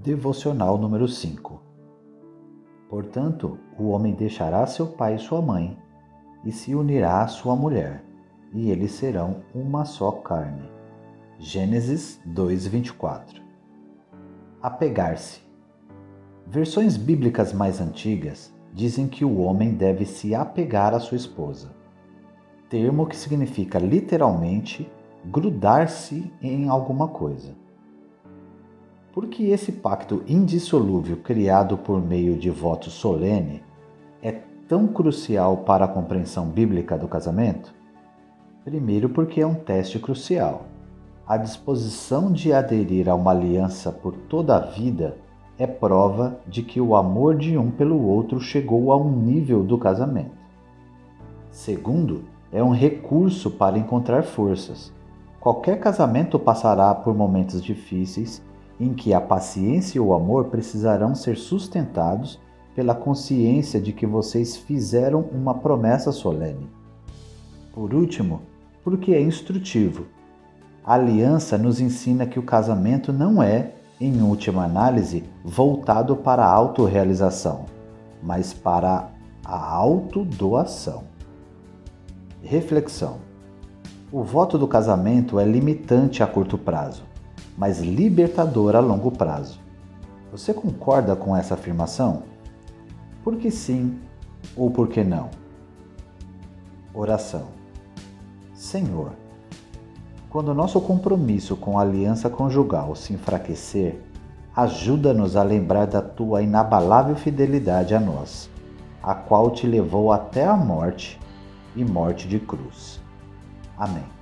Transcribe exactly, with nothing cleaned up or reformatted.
Devocional número cinco. Portanto, o homem deixará seu pai e sua mãe, e se unirá à sua mulher, e eles serão uma só carne. Gênesis dois, vinte e quatro. Apegar-se. Versões bíblicas mais antigas dizem que o homem deve se apegar à sua esposa, termo que significa literalmente grudar-se em alguma coisa. Porque esse pacto indissolúvel criado por meio de voto solene é tão crucial para a compreensão bíblica do casamento? Primeiro, porque é um teste crucial. A disposição de aderir a uma aliança por toda a vida é prova de que o amor de um pelo outro chegou a um nível do casamento. Segundo, é um recurso para encontrar forças. Qualquer casamento passará por momentos difíceis em que a paciência e o amor precisarão ser sustentados pela consciência de que vocês fizeram uma promessa solene. Por último, porque é instrutivo. A aliança nos ensina que o casamento não é, em última análise, voltado para a autorrealização, mas para a autodoação. Reflexão. O voto do casamento é limitante a curto prazo, mas libertador a longo prazo. Você concorda com essa afirmação? Por que sim ou por que não? Oração. Senhor, quando nosso compromisso com a aliança conjugal se enfraquecer, ajuda-nos a lembrar da tua inabalável fidelidade a nós, a qual te levou até a morte e morte de cruz. Amém.